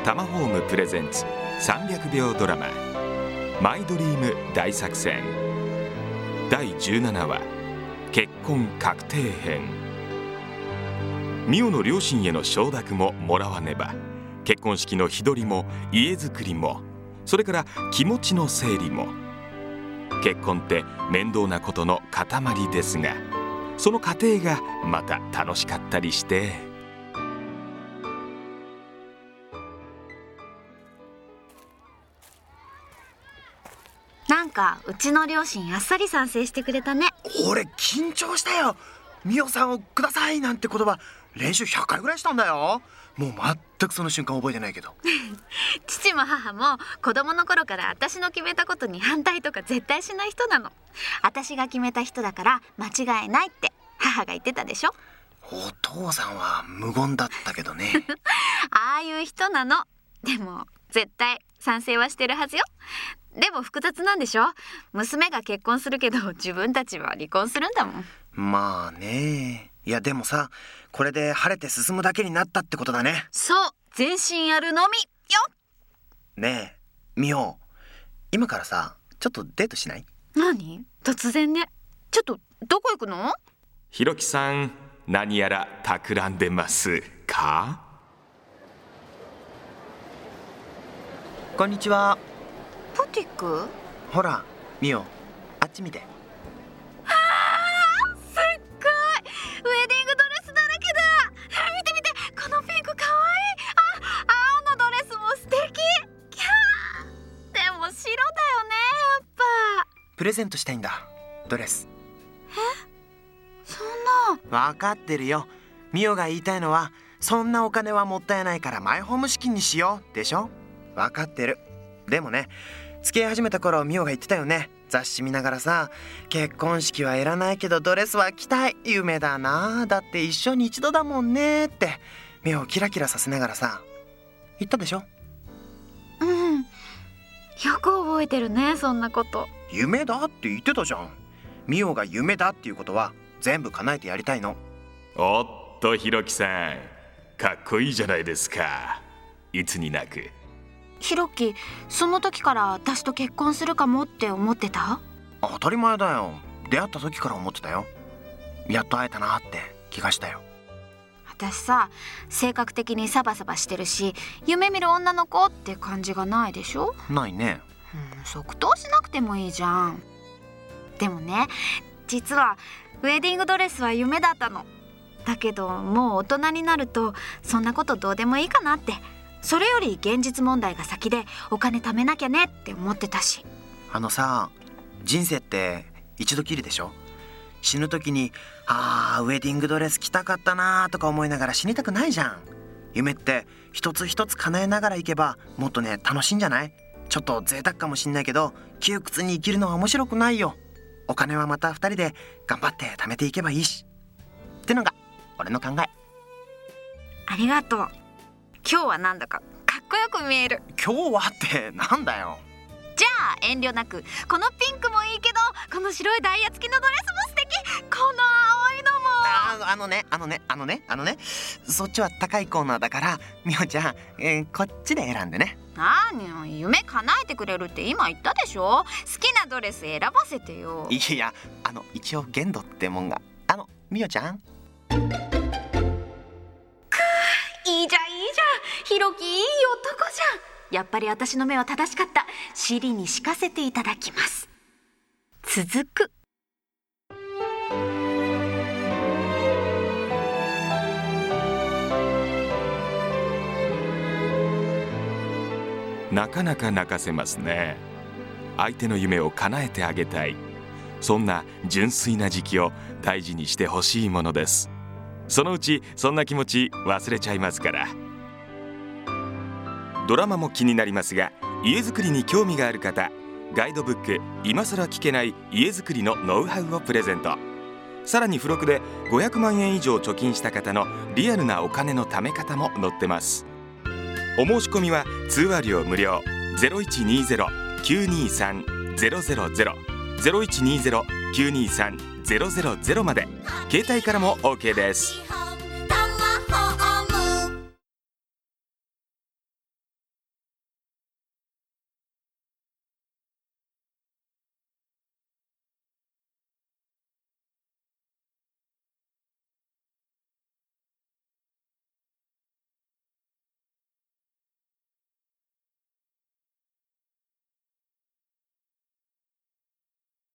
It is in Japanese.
タマホームプレゼンツ300秒ドラママイドリーム大作戦第17話結婚確定編。ミオの両親への承諾ももらわねば、結婚式の日取りも家づくりも、それから気持ちの整理も。結婚って面倒なことの塊ですが、その過程がまた楽しかったりして。 なんかうちの両親あっさり賛成してくれたね。 俺緊張したよ。ミオさんをくださいなんて言葉練習100回ぐらいしたんだよ。もう全くその瞬間覚えてないけど父も母も子供の頃から私の決めたことに反対とか絶対しない人なの。私が決めた人だから間違いないって母が言ってたでしょ。 お父さんは無言だったけどねああいう人なの。でも絶対賛成はしてるはずよ。でも複雑なんでしょ。娘が結婚するけど自分たちは離婚するんだもん。 まあね。いやでもさ、これで晴れて進むだけになったってことだね。 そう、前進あるのみよ。 ねえミオ、今からさちょっとデートしない？ 何？突然ね。ちょっとどこ行くの？ ひろきさん、何やら企んでますか？ こんにちは。 ブティック？ ほらミオ、あっち見て。 すっごいウェディングドレスだらけだ。見て見て、このピンクかわいい。青のドレスも素敵。キャー、でも白だよね。やっぱプレゼントしたいんだ、ドレス。 そんな。 分かってるよ。ミオが言いたいのは、そんなお金はもったいないからマイホーム資金にしようでしょ。分かってる。でもね、付き合い始めた頃ミオが言ってたよね。雑誌見ながらさ、結婚式はいらないけどドレスは着たい、夢だな、だって一生に一度だもんねって目をキラキラさせながらさ言ったでしょ。 うん、よく覚えてるね、そんなこと。 夢だって言ってたじゃん。ミオが夢だっていうことは全部叶えてやりたいの。 おっとひろきさん、かっこいいじゃないですか。いつになく。 ひろき、その時から私と結婚するかもって思ってた？ 当たり前だよ。出会った時から思ってたよ。やっと会えたなって気がしたよ。 私さ、性格的にサバサバしてるし、夢見る女の子って感じがないでしょ。 ないね。 即答しなくてもいいじゃん。でもね、実はウェディングドレスは夢だったの。だけどもう大人になるとそんなことどうでもいいかなって。それより現実問題が先でお金貯めなきゃねって思ってたし。 さ、人生って一度きりでしょ。死ぬ時にウェディングドレス着たかったなとか思いながら死にたくないじゃん。夢って一つ一つ叶えながらいけばもっとね、楽しいんじゃない？ちょっと贅沢かもしんないけど窮屈に生きるのは面白くないよ。お金はまた2人で頑張って貯めていけばいいしってのが俺の考え。 ありがとう。今日はなんだかかっこよく見える。 今日はってなんだよ。 じゃあ遠慮なく、このピンクもいいけどこの白いダイヤ付きのドレスも素敵。この青いのも。 そっちは高いコーナーだからミオちゃん、こっちで選んでね。 何、夢叶えてくれるって今言ったでしょ。好きなドレス選ばせてよ。 いや一応限度ってもんが。ミオちゃん、 いいじゃんひろき、いい男じゃん。やっぱり私の目は正しかった。尻に敷かせていただきます。続く。 なかなか泣かせますね。相手の夢を叶えてあげたい、そんな純粋な時期を大事にしてほしいものです。そのうちそんな気持ち忘れちゃいますから。ドラマも気になりますが、家づくりに興味がある方、ガイドブック今さら聞けない家づくりのノウハウをプレゼント。さらに付録で500万円以上貯金した方のリアルなお金の貯め方も載ってます。お申し込みは通話料無料。 0120-923-000 0120-923-000まで。携帯からも OK です。